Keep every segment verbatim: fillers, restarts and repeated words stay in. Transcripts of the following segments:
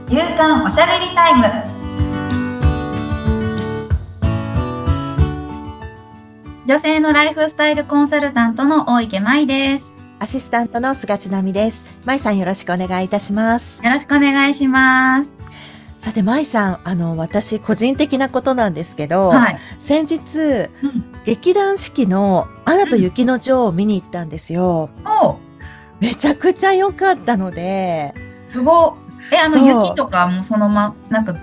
夕刊おしゃべりタイム。女性のライフスタイルコンサルタントの大池舞です。 アシスタントの菅千奈美です。舞さんよろしくお願いいたします。 よろしくお願いします。 さて舞さん、あの私個人的なことなんですけど、 はい、 先日、 うん、 劇団四季のアナと雪の女王を見に行ったんですよ。 おめちゃくちゃ良かったので、 すごい。え、あの雪とかもそのま、なんか、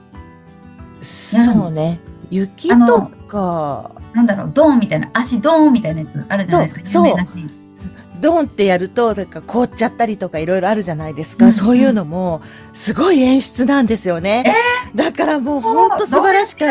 そうね、雪とか、 なんだろう、ドーンみたいな、足ドーンみたいなやつあるじゃないですか。有名なシーン。 ドンってやると、なんか凍っちゃったりとかいろいろあるじゃないですか。うんうん、そういうのも、すごい演出なんですよね。 えー、 だからもうほんと素晴らしかった。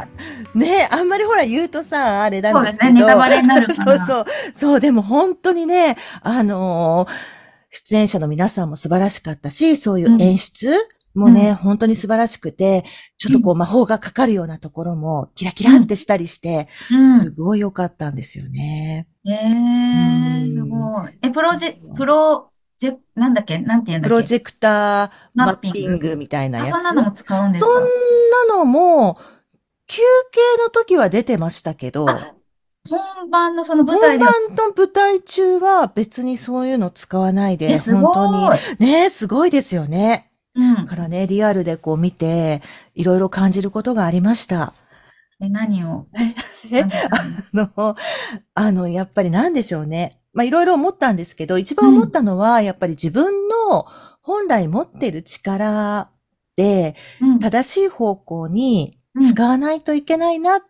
ね、あんまりほら言うとさ、あれなんですけど。 そうですね、ネタバレになるかな。 そうそう。そう、でも本当にね、あのー、出演者の皆さんも素晴らしかったし、そういう演出、うんもうね、うん、本当に素晴らしくて、ちょっとこう魔法がかかるようなところもキラキラってしたりして、うん、すごい良かったんですよね。 ええー、すごい。え、プロジェ、プロジェ、なんだっけなんて言うんだっけプロジェクターマッピングみたいなやつ。 あ、そんなのも使うんですか？ そんなのも、休憩の時は出てましたけど、 本番のその舞台で本番の舞台中は別にそういうの使わないで、本当に。ね、すごいですよね。うん。だからね、リアルでこう見て、いろいろ感じることがありました。 え、何をえ、あの、あの、やっぱりなんでしょうね。まあ、いろいろ思ったんですけど、一番思ったのは、うん、やっぱり自分の本来持ってる力で、正しい方向に使わないといけないなって、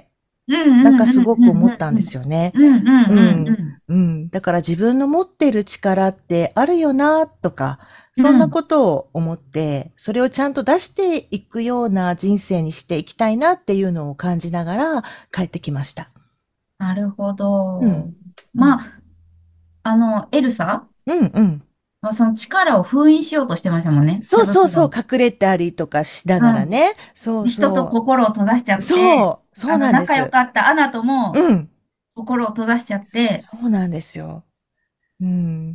なんかすごく思ったんですよね。うん。うん。だから自分の持ってる力ってあるよな、とか、そんなことを思って、それをちゃんと出していくような人生にしていきたいなっていうのを感じながら帰ってきました。 なるほど。うん、まあ、あの、エルサうんうん。 まあ、その力を封印しようとしてましたもんね。 そうそうそう、隠れたりとかしながらね。うん、そうそう。 人と心を閉ざしちゃって。 そう、そうなんです。 仲良かったアナとも、うん。心を閉ざしちゃって。 そうなんですよ。うん。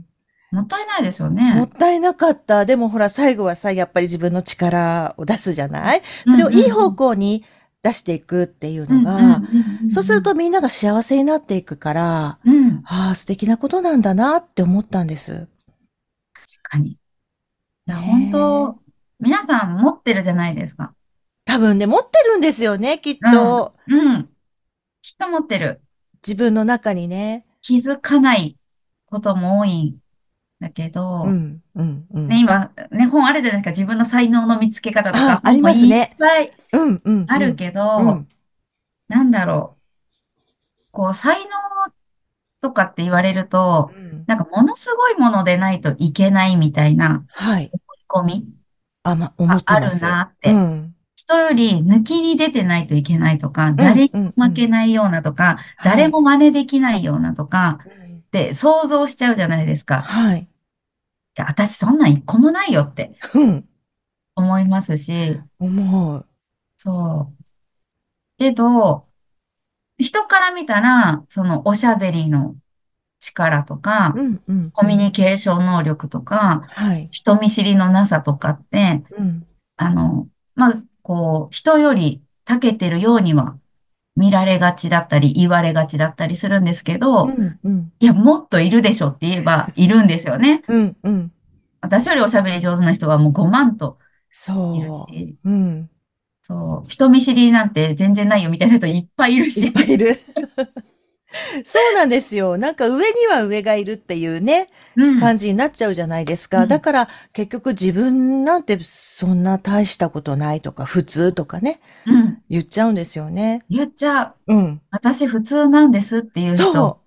もったいないですよね。 もったいなかった。でもほら、最後はさ、やっぱり自分の力を出すじゃないそれをいい方向に出していくっていうのが、そうするとみんなが幸せになっていくから、うん、ああ、素敵なことなんだなって思ったんです。 確かに。いや、本当皆さん持ってるじゃないですか。 多分ね、持ってるんですよね、きっと。 うん。うん、きっと持ってる。 自分の中にね。 気づかないことも多いんだけど、 うんうんうん、 ね、今、ね、本あるじゃないですか。自分の才能の見つけ方とか、 あ、ありますね。 いっぱいあるけど、うんうんうん、なんだろう。こう、才能とかって言われると、うん、なんかものすごいものでないといけないみたいな、はい。思い込みあ、ま、思ってます。 あるなって。うん、人より抜きに出てないといけないとか、誰に負けないようなとか、うんうんうん、誰も真似できないようなとか、はい、って想像しちゃうじゃないですか。はい。いや、私そんなん一個もないよって。思いますし。 思う。 そう。けど、人から見たら、そのおしゃべりの力とか、うんうんうん、コミュニケーション能力とか、はい、人見知りのなさとかって、うん、あの、まあ、こう、人より長けてるようには見られがちだったり、言われがちだったりするんですけど、うんうん、いや、もっといるでしょって言えばいるんですよね。うんうん、私よりおしゃべり上手な人はもうごまんといるし、そう、うん、そう、人見知りなんて全然ないよみたいな人いっぱいいるし。 いっぱいいる。そうなんですよ。なんか上には上がいるっていうね、うん、感じになっちゃうじゃないですか。うん、だから結局自分なんてそんな大したことないとか普通とかね、うん、言っちゃうんですよね。 言っちゃう。うん。私普通なんですっていう人。そう。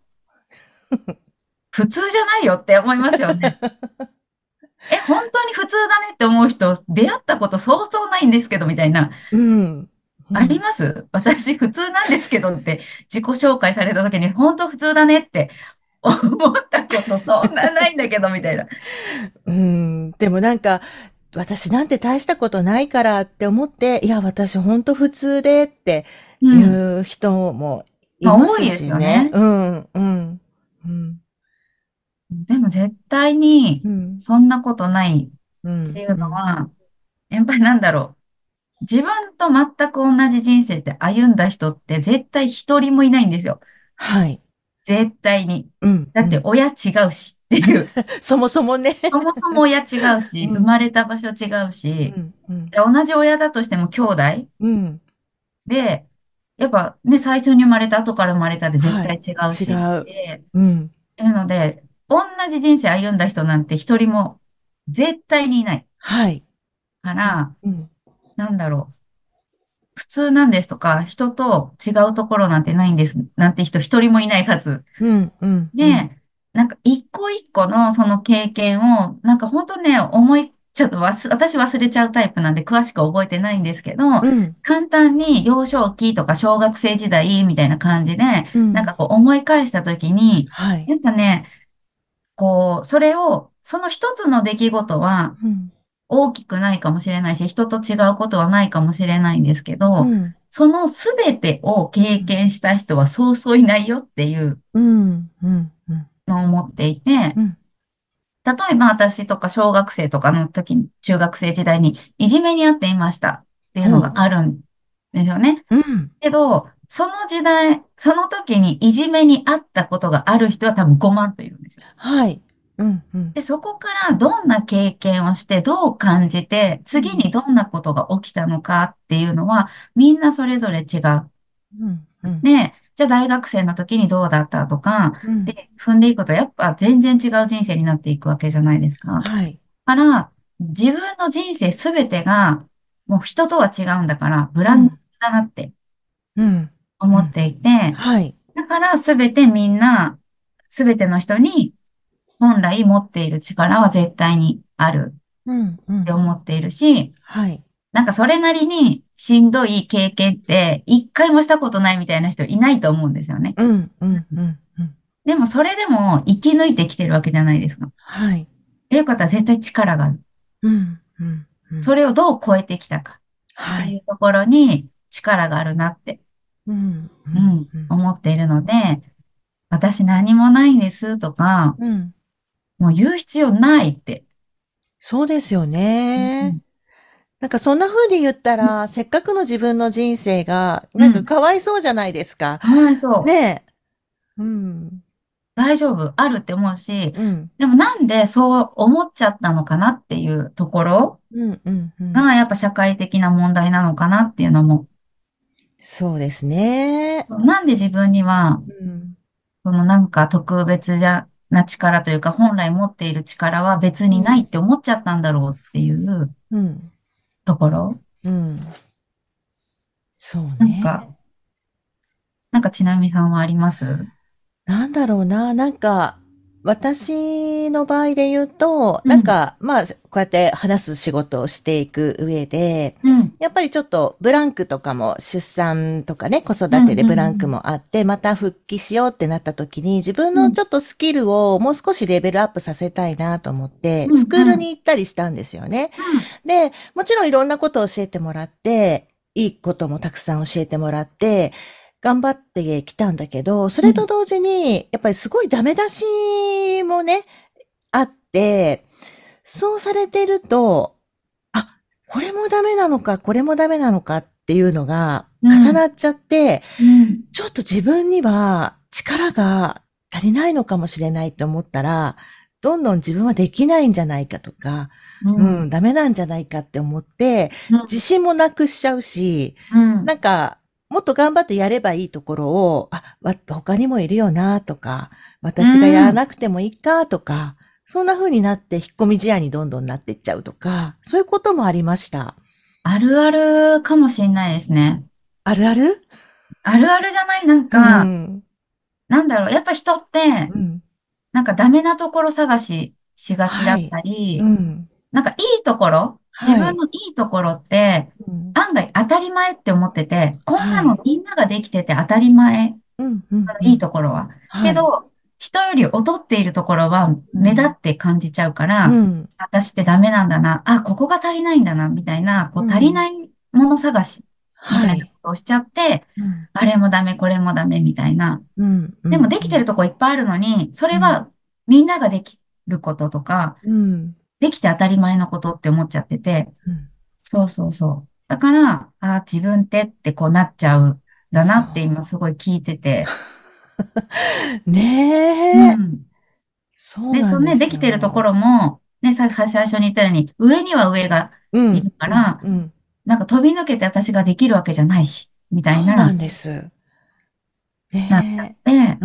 普通じゃないよって思いますよね。え、本当に普通だねって思う人、出会ったことそうそうないんですけど、みたいな。うん。うん、あります私普通なんですけどって自己紹介された時に、本当普通だねって思ったことそんなないんだけど、みたいな。 うん。でもなんか、私なんて大したことないからって思って、いや、私本当普通でっていう人もいますしね。うん、うん、うん。 でも絶対に、そんなことないっていうのは、 やっぱりなんだろう。自分と全く同じ人生って歩んだ人って絶対一人もいないんですよ。 はい。 絶対に。 うん、 だってうん。 親違うしっていう。 そもそもね。 そもそも親違うし、生うん、 まれた場所違うし、 うん、うん、 で同じ親だとしても兄弟うん。 で、やっぱね、最初に生まれた後から生まれたで絶はい。 対違う違し、 う。 で、 うん、 いうので、同じ人生歩んだ人なんて一人も絶対にいないはい。 かうん、 ら、 うん、 なんだろう。普通なんですとか、人と違うところなんてないんですなんて人一人もいないはず。 うん、うん、うん。 で、なんか一個一個のその経験を、なんか本当ね、思い、ちょっと忘、私忘れちゃうタイプなんで詳しく覚えてないんですけど、 うん、 簡単に幼少期とか小学生時代みたいな感じで、 うん。 なんかこう思い返したときに、 はい。 やっぱね、こう、それを、その一つの出来事はうん、 大きくないかもしれないし、人と違うことはないかもしれないんですけど、 うん、 そのすべてを経験した人はそうそういないよっていううん、うん、うん、 のを思っていて、 うん。 例えば私とか小学生とかの時に、中学生時代にいじめにあっていましたっていうのほう。 があるんですよね。 うん。 けど、その時代、その時にいじめにあったことがある人は多分ごまんといるんですよ。 はい。うん、うん、 で、そこからどんな経験をして、どう感じて、 うん、 次にどんなことが起きたのかっていうのは、みんなそれぞれ違う。 うん、うん、 で、じゃあ大学生の時にどうだったとか、 うん。 で、踏んでいくと、やっぱ全然違う人生になっていくわけじゃないですか。 はい。 から、自分の人生すべてが、もう人とは違うんだから、ブランドうん、 だなってうん、うん。 思っていて、 はい。 だからすべてみんな、すべての人に本来持っている力は絶対にあるうん、うってん。 思っているし、 はい。 なんかそれなりにしんどい経験って一回もしたことないみたいな人いないと思うんですよね。 うん、うん、うん、うん。 でもそれでも生き抜いてきてるわけじゃないですか。っはい。 ていうことは絶対力がある。 うん、うん、うん。 それをどう超えてきたかってはい。 いうところに力があるなって、 うん、うん、 うん、 うん。 思っているので、私何もないんですとか、 うん。 もう言う必要ないって。 そうですよね。 うん、 なんかそんな風に言ったうん、 ら、せっかくの自分の人生が、なんかうん。 かわいそうじゃないですか。 かわいそう。 ねえ。うん。 大丈夫。あるって思うし、 うん。 でもなんでそう思っちゃったのかなっていうところうん、うん、うん。 がやっぱ社会的な問題なのかなっていうのも、 そうですね。 なんで自分には、 うん。 そのなんか特別じゃな力というか、本来持っている力は別うん。 にないって思っちゃったんだろうっていううん。 ところ。 うん。そうなんか、 ね。 なんかちなみさんはあります？ なんだろうな、なんか、私の場合で言うと、 うん、 なんか、まあ、こうやって話す仕事をしていく上で、 うん、 やっぱりちょっとブランクとかも出産とかね、子うん、 育てでうん、 ブランクもあって、また復帰しようってなった時に、自分うん、 のちょっとスキルをもう少しレベルアップさせたいなと思って、 うん、 スクールうん、 に行ったりしたんですよね。 うん、 で、もちろんいろんなことを教えてもらって、いいこともたくさん教えてもらって、頑張ってきたんだけど、そうん、 れと同時に、やっぱりすごいダメ出しもね、あって、そうされてると、あ、これもダメなのか、これもダメなのかっていうのがうん、 重なっちゃって、 うん、 ちょっと自分には力が足りないのかもしれないって思ったら、どんどん自分はできないんじゃないかとか、ううん、 ん、ダメなんじゃないかって思って、自信もなくしちゃうし、 うん、 なんか、もっと頑張ってやればいいところを、あ、わ他にもいるよなとか、 う私がやらん。 なくてもいいかとか、そんな風になって引っ込み思案にどんどんなっていっちゃうとか、そういうこともありました。 あるあるかもしれないですね。 あるある。 あるあるじゃない、なんうか、 ん。 なんだろう、やっぱ人って、 うん。 なんかダメなところ探ししがちだっはい。 たり、 うん。 なんかいいところ、自はい。 分のいいところって、 うん。 案外当たり前って思ってて、こんなのはい。 みんなができてて当たり前、 うん、うん、 あのいいうん。 ところは。けはい。 ど、人より劣っているところは目立うん。 って感じちゃうから、 うん。 私ってダメなんだな、あ、ここが足りないんだな、みたいな、こう足りうん。 ないもの探し、みたいなこはい。 とをしちゃって、 うん。 あれもダメ、これもダメ、みたいな。 うん、うん、 でもできてうん。 るとこいっぱいあるのに、そうん。 れはみんなができることとか、 うん。 できて当たり前のことって思っちゃってて、 うん。 そうそうそう。だから、あー、自分ってってこうなっちゃうんだなそって今すごい聞いてて。 う。ねえ。 うん。で、 そうなんそうね、でですきてるとこよ。 ろも、ね、さ、最初に言ったように、上には上がうん、 いるかうん、 ら、 うん。 なんか飛び抜けて私ができるわけじゃないし、みたいな、 そうなんです。 なっちゃっねて、 え。うん。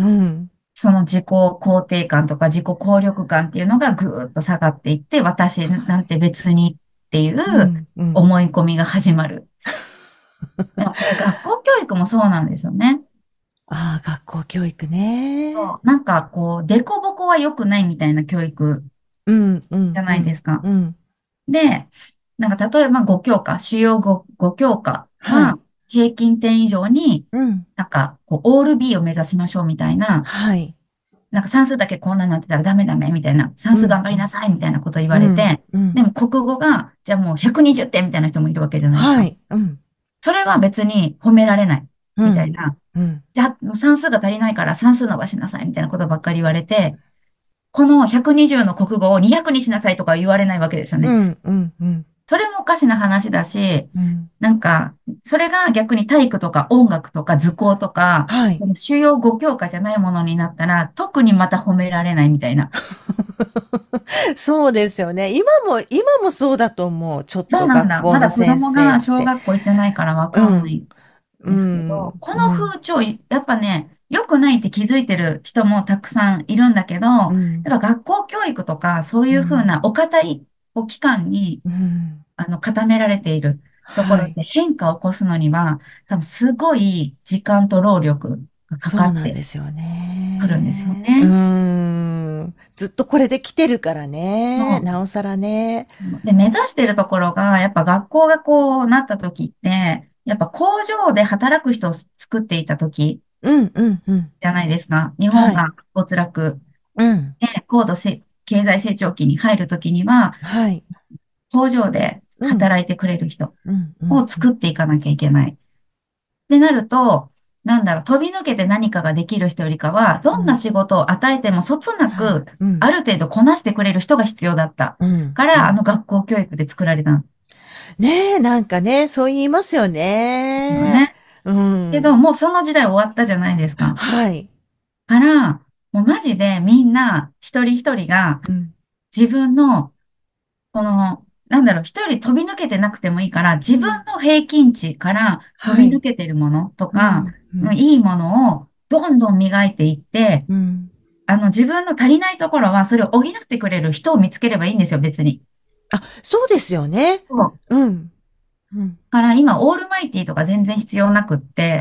その自己肯定感とか自己効力感っていうのがぐーっと下がっていって、私なんて別にっていううん、うん。 思い込みが始まる。でもこれ学校教育もそうなんですよね。 ああ、学校教育ね。 そう、なんかこう、デコボコは良くないみたいな教育うん、うん、 じゃないでうん、 すか。 うん。 で、なんか例えばご教科、主要ご、ご教科ははい。 平均点以上に、 うん。 なんかこう、オール ビー を目指しましょうみたいな、 はい。 なんか算数だけこんなになってたらダメダメみたいな、算うん、 数頑張りなさいみたいなこと言うん、 われて、 うん。 でも国語が、じゃあもうひゃくにじゅってんみたいな人もいるわけじゃないですか。 はい。うん、 それは別に褒められないうん、 みたいな。 うん、 じゃあもう算数が足りないから算数伸ばしなさいみたいなことばっかり言われて、このひゃくにじゅうの国語をにひゃくにしなさいとか言われないわけですよね。 うん、うん、うん、 それもおかしな話だし、 うん。 なんか、それが逆に体育とか音楽とか図工とか、 はい。 その主要ご教科じゃないものになったら、特にまた褒められないみたいな。 そうですよね。今も、今もそうだと思う。ちょっとそうなんだ。 学校のまだ子先生っ供が小て。 学校行ってないからわうん、 かんないうですけど、 ん、 このうん、 風潮、やっぱね、良くないって気づいてる人もたくさんいるんだけど、やうん、 っぱ学校教育とか、そういうふううん、 なお堅いこう機関に、 うん。 あの、固められているとこはい。 ろで変化を起こすのには、多分すごい時間と労力がかかそうってなんですよくるんですよね。うね。 ーん。ずっとこれで来てるからね。 そなおさらね。 う。で、目指してるところが、やっぱ学校がこうなった時って、やっぱ工場で働く人を作っていた時うん、うん、うん。 じゃないですか。日本はい。 が没落うん。 で高度せ経済成長期に入る時には、 はい。 工場でうん、 働いてくれる人うん、うん、 を作っていかなきゃいけない。ってなると、なんだろう、飛び抜けて何かができる人よりかは、 うん。 どんな仕事を与えてもそつなはい。 く、 うん、 ある程度こなしてくれる人が必要だったうん、 から、あうん。 の学校教育で作られたんでねえ、なんかね、そう言いますよすよね。 ね。 うけど、 ん。 もうその時代終わったじゃないですか。 はい。 から、もうマジでみんな、一人一人がうん、 自分の、この、なんだろう、一人飛び抜けてなくてもいいから、自分うん。 の平均値から飛はい。 び抜けてるものとか、 うん、ううんん、 いいものをどんどん磨いていって、 うん。 あの、自分の足りないところは、それを補ってくれる人を見つければいいんですよ、別に。 あ、そうですよね。 そううん、うん。 から今、オールマイティとか全然必要なくって、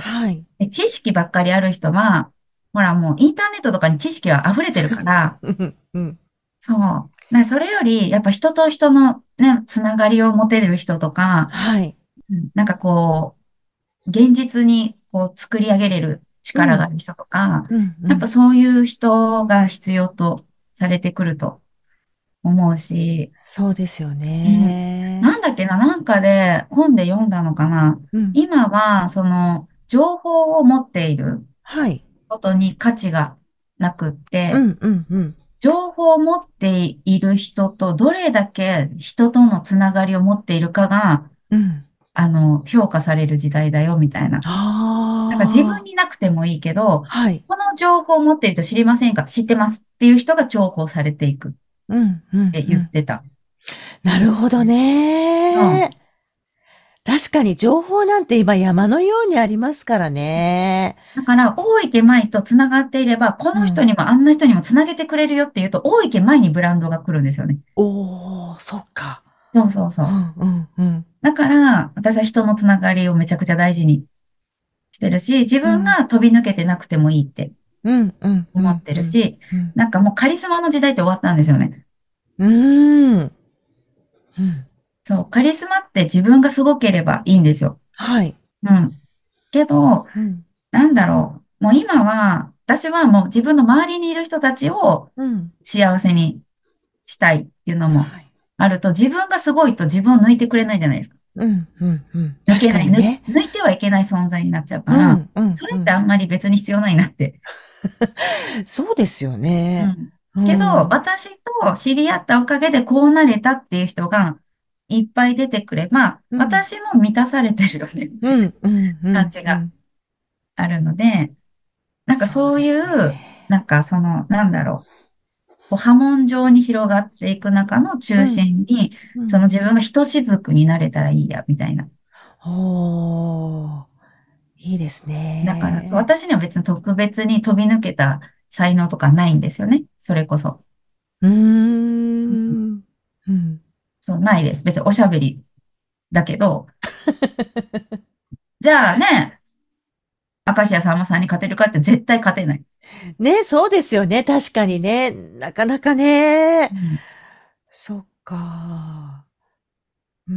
はい。 で知識ばっかりある人は、ほらもうインターネットとかに知識は溢れてるから、 うん、うん。 そう。ね、それより、やっぱ人と人のね、つながりを持てる人とか、 はい。 うんなんかこう、現実にこう作り上げれるうん、 力がある人とか、 うん、うやっぱん。 そういう人が必要とされてくると思うし、 そうですようん。 ね。 なんだっけな、なんかで本で読んだのかな。 うん。 今は、その、情報を持っているはい。 ことに価値がなくって、 うん、うん、うん。 情報を持っている人とどれだけ人とのつながりを持っているかが、 うん。 あの、評価される時代だよ、みたいな。なんか自分ああ。 になくてもいいけど、 はい。 この情報を持っている人知りませんか知ってますっていう人が重宝されていくっうん、うん、 てうん。 言ってた。 なるほどね。 うん。 確かに情報なんて今山のようにありますからね。 だから、大池舞とつながっていれば、こうん。 の人にもあんな人にもつなげてくれるよっていうと、大池舞にブランドが来るんですよね。 おー、そっか。 そうそうそう。 うん、うん、うん。 だから、私は人のつながりをめちゃくちゃ大事にしてるし、自うん、 分が飛び抜けてなくてもいいってうん、うん、うん、 思ってうん。 るし、 うん。 なんかもうカリスマの時代って終わったんですよね。 うーん。うん。 そう、カリスマって自分がすごければいいんですよ。 はい。 うん。けど、 うん、 なんだろう。もう今は、私はもう自分の周りにいる人たちをうん。 幸せにしたいっていうのもはい。 あると、自分がすごいと自分を抜いてくれないじゃないですか。 うん、うん、うん。確抜けない、抜、 かにね。 抜いてはいけない存在になっちゃうから、 うん、うん、うん。 それってあんまり別に必要ないなってそうですよね。 うん。 うけど、 ん。 私と知り合ったおかげでこうなれたっていう人がいっぱい出てくれば、 うん。 私も満たされてるよね、みたいうん、うん、うな感ん、 じがうん。 あるので、なんかそうそういですね。 う、なんかその、なんだろう、こう波紋状に広がっていく中の中うん、 心に、 うん。 その自分がひとしずくになれたらいいや、みたいな。 おー、いいですだから、そう、 ね。 私には別に特別に飛び抜けた才能とかないんですよね。それこそ。 うーうん、 ん。うん。 そうないです。別におしゃべりだけど、じゃあね、明石家さんまさんに勝てるかって絶対勝てない。 ね、そうですよね。確かにね。なかなかね。 うん、 そっか。うん。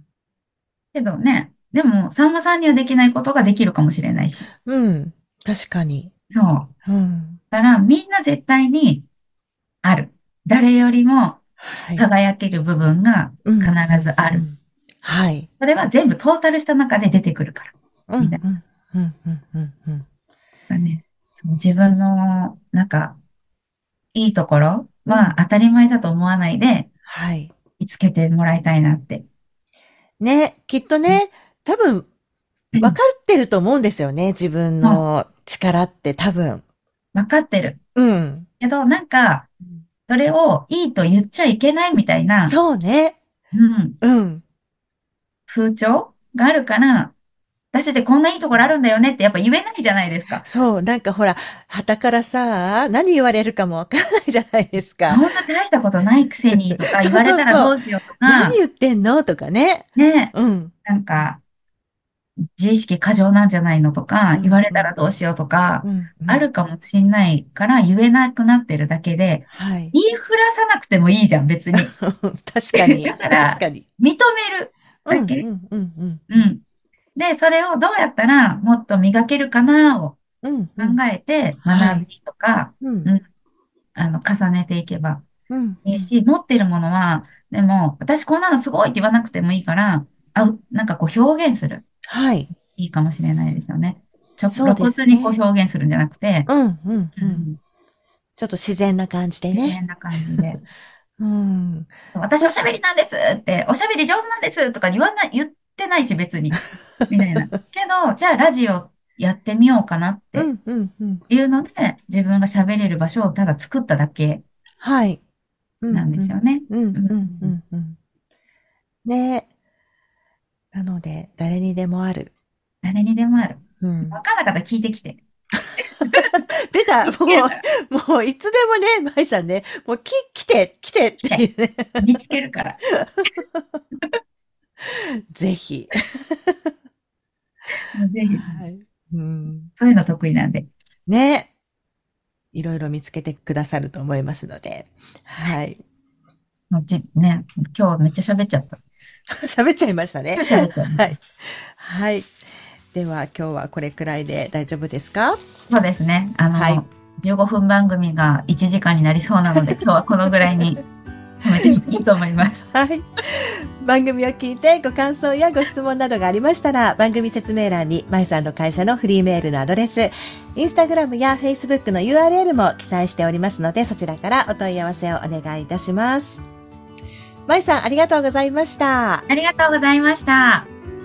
けどね、でも、さんまさんにはできないことができるかもしれないし。 うん。確かに。 そう。 うん。 だからみんな絶対にある。誰よりもはい。 輝ける部分が必うん、うん、 ずある。 うん。はい。 それは全部トータルした中で出てくるから。 うん、 みたいうん、うん、うん、うん、うん。 なね。そう自分の、なんか、いいところうん。 は当たり前だと思わないで、 はい。 見つけてもらいたいなって。 ね、きっとね、多分、分かってると思うんですよね。自分もう、 の力って多分。 分かってる。 うん。 けど、なんか、それをいいと言っちゃいけないみたいな、 そうね。 うん、 うん。 風潮があるから、私ってこんないいところあるんだよねってやっぱ言えないじゃないですか。 そう、なんかほら、傍からさ、何言われるかもわからないじゃないですか。 そんな大したことないくせにとか言そうわれたらそうそう。 どうしようとか、 何言ってんのとかね。 ね、 うん。 なんか、自意識過剰なんじゃないのとか、言わうん、うん、 れたらどうしようとか、 うん、うん。 あるかもしんないから言えなくなってるだけで、 はい。 言いふらさなくてもいいじゃん、別に。 確かに。 だから、 確かに。 認めるうん、 だけ。 うん、うん、うん、うん。 うん。で、それをどうやったらもっと磨けるかなをうん、 考うん。 えてはい。 学びとか、 うん、 うん、あの、重ねていけばうん、うん。 いいし、持ってるものは、でも、私こんなのすごいって言わなくてもいいから、あう、なんかこう表現する。 はい。 いいかもしれないですよね。ちょ、露そうです骨にこうね。 表現するんじゃなくて、 うん、うん、うん。 うん、 ちょっと自然な感じでね。 自然な感じで。 うん。 私おしゃべそし、 りなんですって、おしゃべり上手なんですとか言わない、言ってないし別に。みたいな。けど、じゃあラジオやってみようかなってうん、うん、うん。 いうので、自分が喋れる場所をただ作っただけはい。うん、 なんでうん。 すよね。 うん、 うん、 うん、うん、うん。ね。なので、誰にでもある。 誰にでもある。 うん。 わかんなかったら聞いてきて。 出た見つけもるから。 う、もういつでもね、舞さんね、もうき、来て、来てっ来て。 ていうね。 見つけるから。 ぜひ。 もうぜひ、 はい。うん。 そういうの得意なんで。 ね。いろいろ見つけてくださると思いますので。はい。 もうじ、ね、今日めっちゃ喋っちゃった。 喋っちゃいましたね。 今日喋っちゃいました。 はい。はい。では、今日はこれくらいで大丈夫ですか？ そうですね。あはい。 の、じゅうごふん番組がいちじかんになりそうなので、今日はこのぐらいに止めてみたいと思います。 はい。番組を聞いてご感想やご質問などがありましたら、番組説明欄にまいさんの会社のフリーメールのアドレス、インスタグラムやフェイスブックの ユーアールエル も記載しておりますので、そちらからお問い合わせをお願いいたします。まいさん、ありがとうございました。 ありがとうございました。